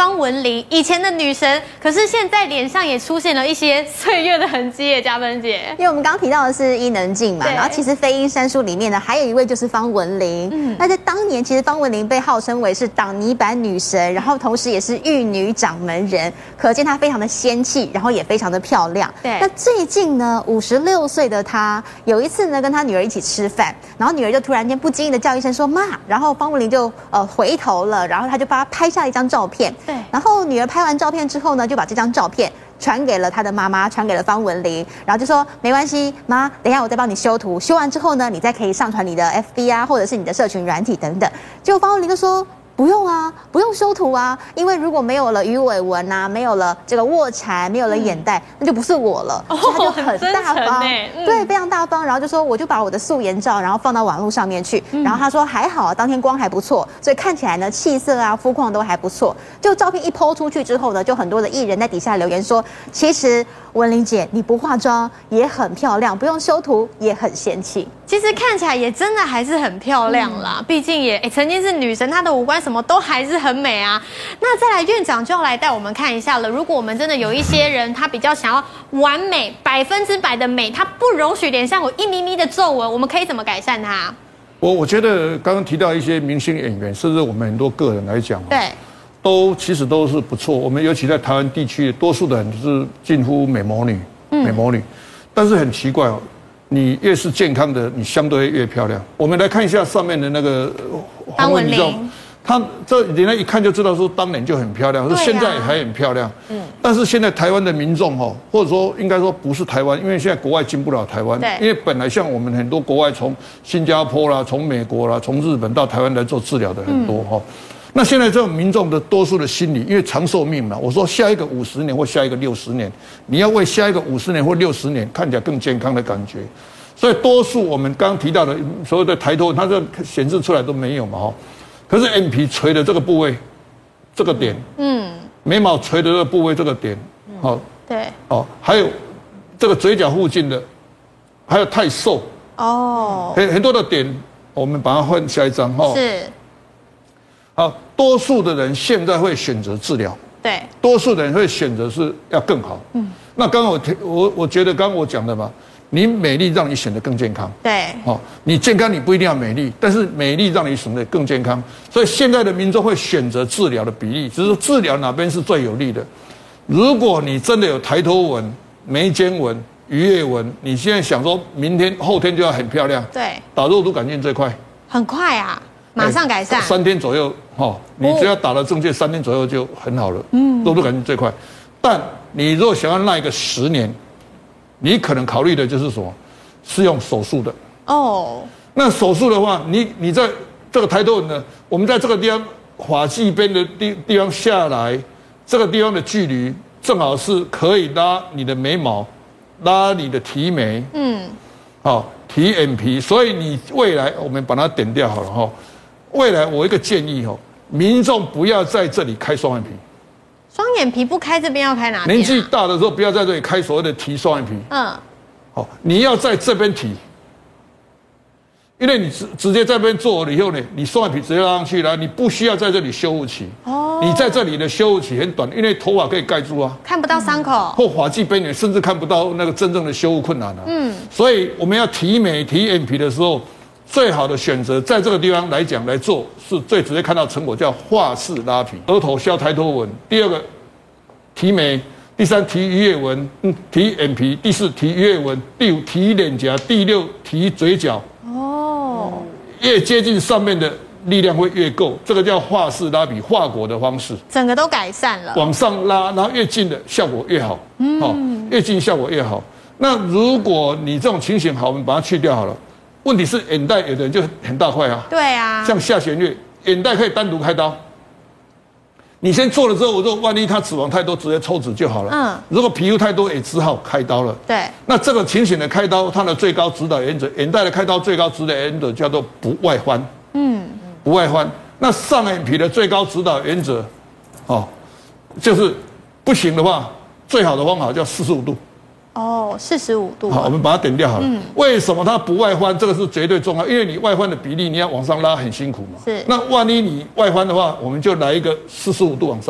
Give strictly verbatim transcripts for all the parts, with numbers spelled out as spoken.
方文琳，以前的女神，可是现在脸上也出现了一些岁月的痕迹耶，嘉芬姐。 因为我们刚刚提到的是伊能静嘛，然后其实《飞鹰山书》里面呢，还有一位就是方文琳。嗯，那在当年，其实方文琳被号称为是挡泥板女神，然后同时也是玉女掌门人，可见她非常的仙气，然后也非常的漂亮。 对。 那最近呢，五十六岁的她有一次呢，跟她女儿一起吃饭，然后女儿就突然间不经意的叫一声说妈，然后方文琳就呃回头了，然后她就帮她拍下了一张照片。 对。然后女儿拍完照片之后呢，就把这张照片传给了她的妈妈，传给了方文琳，然后就说没关系，妈，等一下我再帮你修图，修完之后呢，你再可以上传你的 F B 啊，或者是你的社群软体等等。结果方文琳就说不用啊，不用修图啊，因为如果没有了鱼尾纹啊，没有了这个卧蚕，没有了眼袋，嗯、那就不是我了。 哦， 所以他就很大方， 嗯、 对，非常大方。然后就说我就把我的素颜照，然后放到网络上面去。嗯、然后他说还好，当天光还不错，所以看起来呢气色啊、肤况都还不错。就照片一po出去之后呢，就很多的艺人在底下留言说，其实文琳姐你不化妆也很漂亮，不用修图也很仙气。 其实看起来也真的还是很漂亮啦，嗯、毕竟也哎曾经是女神，她的五官什么都还是很美啊。那再来院长就要来带我们看一下了。如果我们真的有一些人，他比较想要完美百分之百的美，他不容许脸上有一咪咪的皱纹，我们可以怎么改善它？ 我我觉得刚刚提到一些明星演员，甚至我们很多个人来讲， 对， 都其实都是不错。我们尤其在台湾地区，多数的人是近乎美魔女，嗯、美魔女，但是很奇怪哦。你越是健康的，你相对越漂亮。我们来看一下上面的那个方文琳， 她这人家一看就知道说当年就很漂亮，说现在也还很漂亮。嗯，但是现在台湾的民众哦，或者说应该说不是台湾，因为现在国外进不了台湾。 对， 因为本来像我们很多国外从新加坡啦、从美国啦、从日本到台湾来做治疗的很多哈。嗯那现在这种民众的多数的心理，因为长寿命嘛，我说下一个五十年或下一个六十年，你要为下一个五十年或六十年看起来更健康的感觉，所以多数我们刚刚提到的所有的抬头，它这显示出来都没有嘛哈。可是眼皮垂的这个部位，这个点，嗯，眉毛垂的这个部位这个点，好， 对， 哦，还有这个嘴角附近的，还有太瘦，哦，很很多的点，我们把它换下一张哈。 是。 好，多数的人现在会选择治疗， 对， 多数的人会选择是要更好。嗯，那刚刚我我我觉得刚刚我讲的嘛，你美丽让你显得更健康， 对， 哦，你健康你不一定要美丽，但是美丽让你显得更健康，所以现在的民众会选择治疗的比例，只是说治疗哪边是最有利的。如果你真的有抬头纹、眉间纹、鱼尾纹，你现在想说明天后天就要很漂亮， 对， 打肉毒杆菌最快， 很快啊。马上改善， 三天左右哈，你只要打了正确，三天左右就很好了。嗯，肉毒杆菌最快，但你如果想要那一个十年，你可能考虑的就是什么？是用手术的。哦，那手术的话，你你在这个抬头纹呢，我们在这个地方发际边的地地方下来，这个地方的距离正好是可以拉你的眉毛，拉你的提眉。嗯，好，提眼皮，所以你未来我们把它点掉好了哈。未来我一个建议哦，民众不要在这里开双眼皮， 双眼皮不开这边要开哪边、啊？ 年纪大的时候不要在这里开所谓的提双眼皮。嗯，好，你要在这边提，因为你直直接在这边做了以后呢，你双眼皮直接拉上去了，你不需要在这里修复期。哦，你在这里的修复期很短，因为头发可以盖住啊， 看不到伤口， 或发际边缘甚至看不到那个真正的修复困难啊。嗯，所以我们要提眉提眼皮的时候。最好的选择，在这个地方来讲来做，是最直接看到成果，叫画式拉皮，额头消抬头纹。第二个提眉，第三提鱼尾纹，嗯，提眼皮，第四提鱼尾纹，第五提脸颊，第六提嘴角。哦，越接近上面的力量会越够，这个叫画式拉皮，画果的方式， 整个都改善了。 往上拉，然后越近的效果越好，嗯，哦，越近效果越好。那如果你这种情形好，我们把它去掉好了。问题是眼袋有的人就很大块啊， 对啊， 像夏弦月，眼袋可以单独开刀。你先做了之后，我说万一他脂肪太多，直接抽脂就好了。嗯，如果皮肤太多，也只好开刀了。 对， 那这个情形的开刀，它的最高指导原则，眼袋的开刀最高指导原则叫做不外翻。嗯，不外翻。那上眼皮的最高指导原则，哦，就是不行的话，最好的方法叫四十五度。 哦，四十五度。 好，我们把它点掉好了。嗯，为什么它不外翻？这个是绝对重要，因为你外翻的比例你要往上拉很辛苦嘛。 是。 那万一你外翻的话，我们就来一个四十五度往上拉。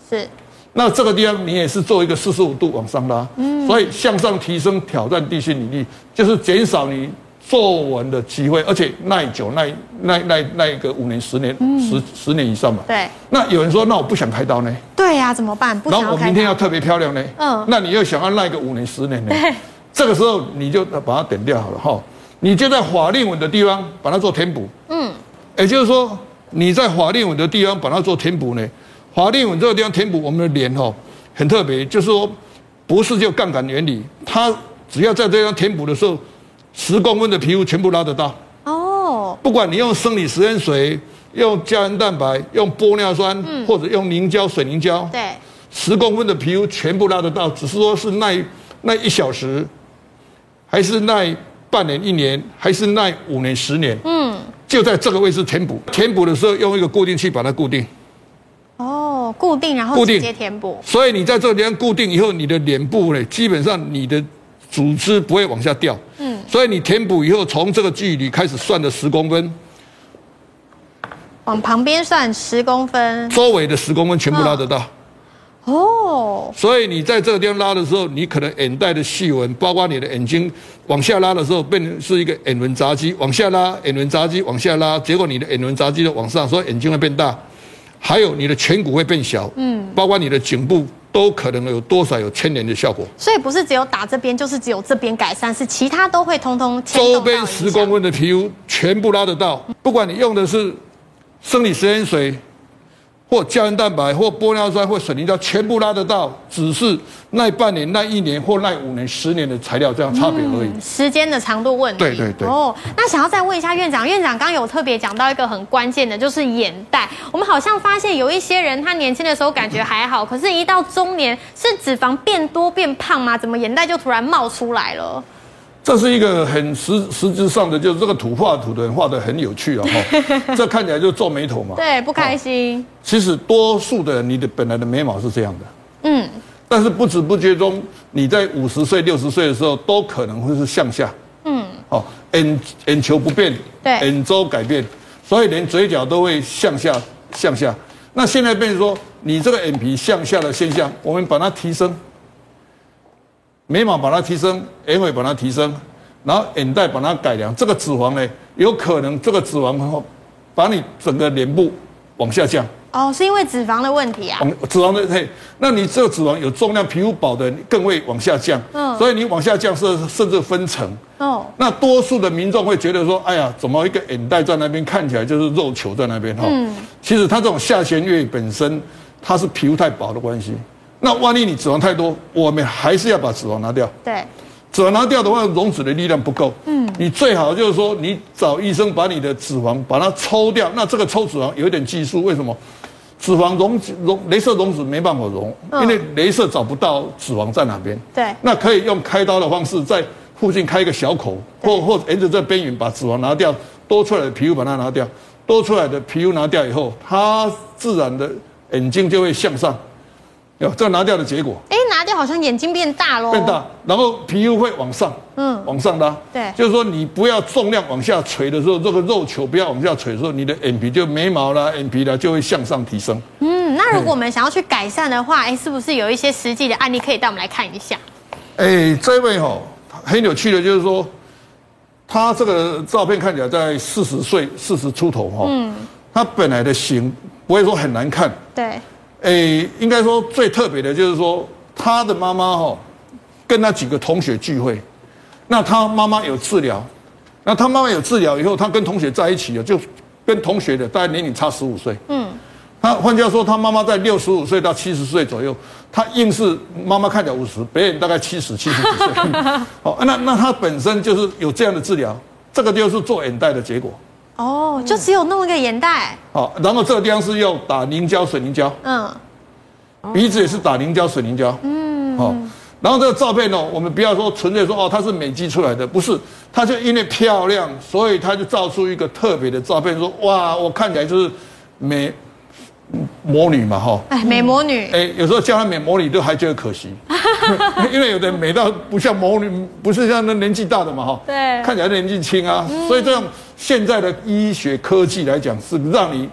是。 那这个地方你也是做一个四十五度往上拉，嗯，所以向上提升挑战地心引力，就是减少你皱纹的机会，而且耐久耐耐耐耐一个五年、十年、十十年以上嘛。 对。 那有人说，那我不想开刀呢？ 对呀、啊，怎么办？不想要开刀。 然后我明天要特别漂亮呢？嗯。那你又想要耐个五年、十年呢？对。这个时候你就把它点掉好了哈，你就在法令纹的地方把它做填补。嗯。也就是说，你在法令纹的地方把它做填补呢。法令纹这个地方填补，我们的脸哈很特别，就是说不是就杠杆原理，它只要在这样填补的时候，十公分的皮肤全部拉得到。哦。不管你用生理食盐水、用胶原蛋白、用玻尿酸，嗯、或者用凝胶、水凝胶， 对， 十公分的皮肤全部拉得到，只是说是耐耐一小时，还是耐半年、一年，还是耐五年、十年？嗯，就在这个位置填补。填补的时候用一个固定器把它固定。 哦，固定，然后直接填补。 所以你在这个地方固定以后，你的脸部呢，基本上你的组织不会往下掉。嗯。所以你填补以后，从这个距离开始算的十公分， 往旁边算十公分， 周围的十公分全部拉得到。哦。所以你在这个地方拉的时候，你可能眼袋的细纹，包括你的眼睛往下拉的时候，变成是一个眼轮匝肌，往下拉，眼轮匝肌往下拉，结果你的眼轮匝肌就往上，所以眼睛会变大。还有你的颧骨会变小，嗯，包括你的颈部都可能有多少有牵连的效果。 所以不是只有打这边，就是只有这边改善，是其他都会通通牵动到。 周边十公分的皮肤全部拉得到，不管你用的是生理食盐水，或胶原蛋白，或玻尿酸，或水凝胶，全部拉得到，只是耐半年、耐一年或耐五年、十年的材料这样差别而已。 嗯、时间的长度问题。 对对对。 哦，那想要再问一下院长，院长刚刚有特别讲到一个很关键的，就是眼袋。我们好像发现有一些人，他年轻的时候感觉还好，可是一到中年，是脂肪变多变胖吗？怎么眼袋就突然冒出来了？ 这是一个很实实质上的，就是这个图画图的人画得很有趣啊！哈，这看起来就皱眉头嘛。 对，不开心。 其实多数的人，你的本来的眉毛是这样的。嗯。但是不知不觉中，你在五十岁、六十岁的时候，都可能会是向下。嗯。哦，眼眼球不变， 对， 眼周改变，所以连嘴角都会向下向下。那现在变成说，你这个眼皮向下的现象，我们把它提升。眉毛把它提升，眼尾把它提升，然后眼袋把它改良。这个脂肪呢，有可能这个脂肪后把你整个脸部往下降。 哦，是因为脂肪的问题啊？ 脂肪的嘿，那你这个脂肪有重量、皮肤薄的更会往下降。嗯，所以你往下降是甚至分层。哦，那多数的民众会觉得说，哎呀，怎么一个眼袋在那边看起来就是肉球在那边哈？嗯，其实它这种下弦月本身它是皮肤太薄的关系。那万一你脂肪太多，我们还是要把脂肪拿掉。 对， 脂肪拿掉的话，溶脂的力量不够。嗯，你最好就是说，你找医生把你的脂肪把它抽掉。那这个抽脂肪有一点技术，为什么？脂肪溶溶，雷射溶脂没办法溶，因为雷射找不到脂肪在哪边。 对， 那可以用开刀的方式，在附近开一个小口，或或沿着这边缘把脂肪拿掉，多出来的皮肤把它拿掉，多出来的皮肤拿掉以后，它自然的眼睛就会向上。有这个拿掉的结果， 哎，拿掉好像眼睛变大喽， 变大，然后皮肤会往上，嗯，往上拉， 对， 就是说你不要重量往下垂的时候，这个肉球不要往下垂的时候，你的眼皮就眉毛啦、眼皮啦就会向上提升。 嗯，那如果我们想要去改善的话，哎，是不是有一些实际的案例可以带我们来看一下？ 哎，这位哈很有趣的，就是说他这个照片看起来在四十岁、四十出头哈，嗯，他本来的型不会说很难看， 对。 诶，应该说最特别的就是说，他的妈妈哈，跟他几个同学聚会，那他妈妈有治疗，那他妈妈有治疗以后，他跟同学在一起了，就跟同学的大概年龄差十五岁。嗯，他换句话说，他妈妈在六十五岁到七十岁左右，他硬是妈妈看起来五十，别人大概七十、七十几岁。好，那那他本身就是有这样的治疗，这个就是做眼袋的结果。 哦，就只有弄一个眼袋。 好，然后这个地方是用打凝胶、水凝胶。嗯。鼻子也是打凝胶、水凝胶。嗯。好，然后这个照片呢，我们不要说纯粹说哦，它是美肌出来的，不是，它就因为漂亮，所以它就照出一个特别的照片，说哇，我看起来就是美魔女嘛，哈。 哎，美魔女。 哎，有时候叫她美魔女都还觉得可惜，因为有的美到不像魔女，不是像那年纪大的嘛，哈。 对。 看起来年纪轻啊，所以这样。现在的医学科技来讲，是让你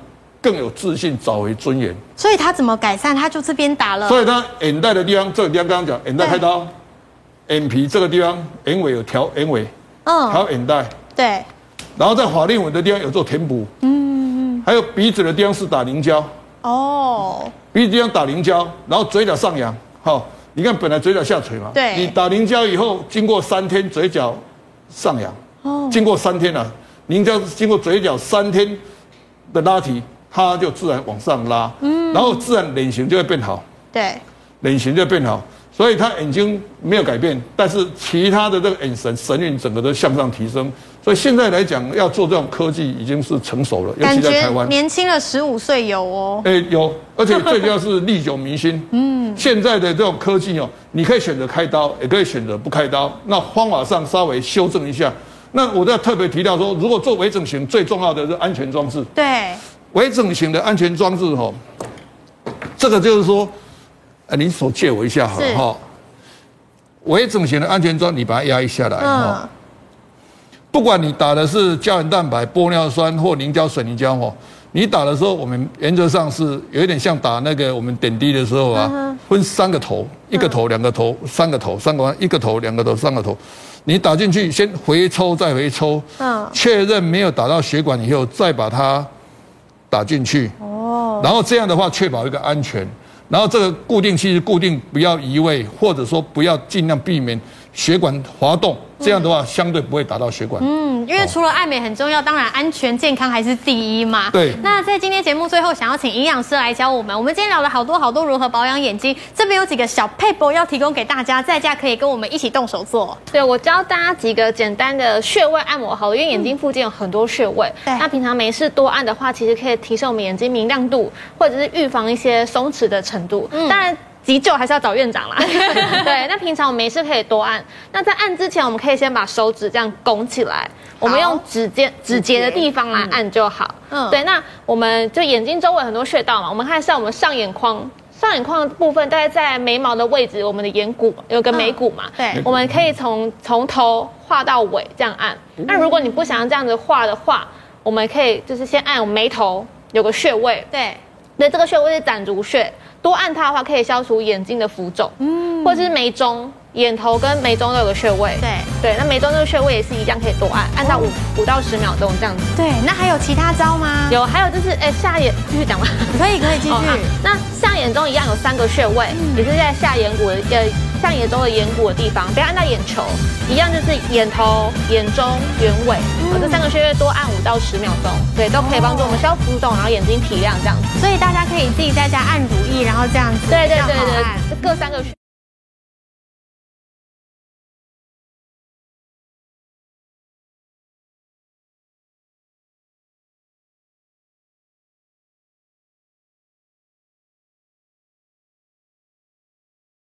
更有自信，找回尊严。 所以他怎么改善？他就这边打了。 所以他眼袋的地方，这个地方刚刚讲眼袋开刀，眼皮这个地方眼尾有调眼尾， 嗯， 还有眼袋， 对， 然后在法令纹的地方有做填补，嗯嗯，还有鼻子的地方是打凝胶， 哦， 鼻子地方打凝胶，然后嘴角上扬，好，你看本来嘴角下垂嘛， 对， 你打凝胶以后，经过三天嘴角上扬，哦，经过三天了、啊，凝胶经过嘴角三天的拉提，它就自然往上拉，嗯，然后自然脸型就会变好， 对， 脸型就会变好。所以他眼睛没有改变，但是其他的这个眼神神韵整个都向上提升。所以现在来讲，要做这种科技已经是成熟了，尤其在台湾， 年轻了十五岁有哦。 哎，有，而且最重要是历久弥新。嗯，现在的这种科技哦，你可以选择开刀，也可以选择不开刀，那方法上稍微修正一下。那我要特别提到说，如果做微整形，最重要的是安全装置。 对， 微整形的安全装置哦，这个就是说。呃，你手借我一下好了哈。微整形的安全装，你把它压一下来哈。嗯、不管你打的是胶原蛋白、玻尿酸或凝胶、水泥胶哈，你打的时候，我们原则上是有一点像打那个我们点滴的时候啊，嗯、分三个头，一个头、两个头、三个头，三个一个头、两个头、三个头。你打进去，先回抽再回抽，嗯，确认没有打到血管以后，再把它打进去。哦，然后这样的话，确保一个安全。然后这个固定器固定，不要移位，或者说不要尽量避免血管滑动，这样的话相对不会打到血管。嗯， 因为除了爱美很重要，当然安全健康还是第一嘛。 对。 那在今天节目最后，想要请营养师来教我们。我们今天聊了好多好多如何保养眼睛，这边有几个小撇步要提供给大家，在家可以跟我们一起动手做。 对，我教大家几个简单的穴位按摩好了，因为眼睛附近有很多穴位。对。那平常没事多按的话，其实可以提升我们眼睛明亮度，或者是预防一些松弛的程度。嗯。当然。急救还是要找院长啦。对，那平常我们没事可以多按。那在按之前，我们可以先把手指这样拱起来，我们用指尖指节的地方来按就好。嗯，对。那我们就眼睛周围很多穴道嘛，我们看一下我们上眼眶，上眼眶的部分大概在眉毛的位置，我们的眼骨有个眉骨嘛。嗯、对，我们可以从从头画到尾这样按。那如果你不想要这样子画的话，我们可以就是先按我眉头有个穴位。对，对，这个穴位是攒竹穴。多按它的话，可以消除眼睛的浮肿，嗯，或者是眉中、眼头跟眉中都有个穴位，对对，那眉中这个穴位也是一样，可以多按，按到五五到十秒钟这样子。 对，那还有其他招吗？ 有，还有就是，哎，下眼继续讲吧。 可以，可以继续。哦、 那下眼中一样有三个穴位，嗯、也是在下眼骨的呃下眼周的眼骨的地方，不要按到眼球，一样就是眼头、眼中、眼尾，嗯、这三个穴位多按五到十秒钟，对，都可以帮助我们消浮肿，然后眼睛提亮这样子。 所以大家可以自己在家按乳液，然后这样子， 对对对对，各三个穴。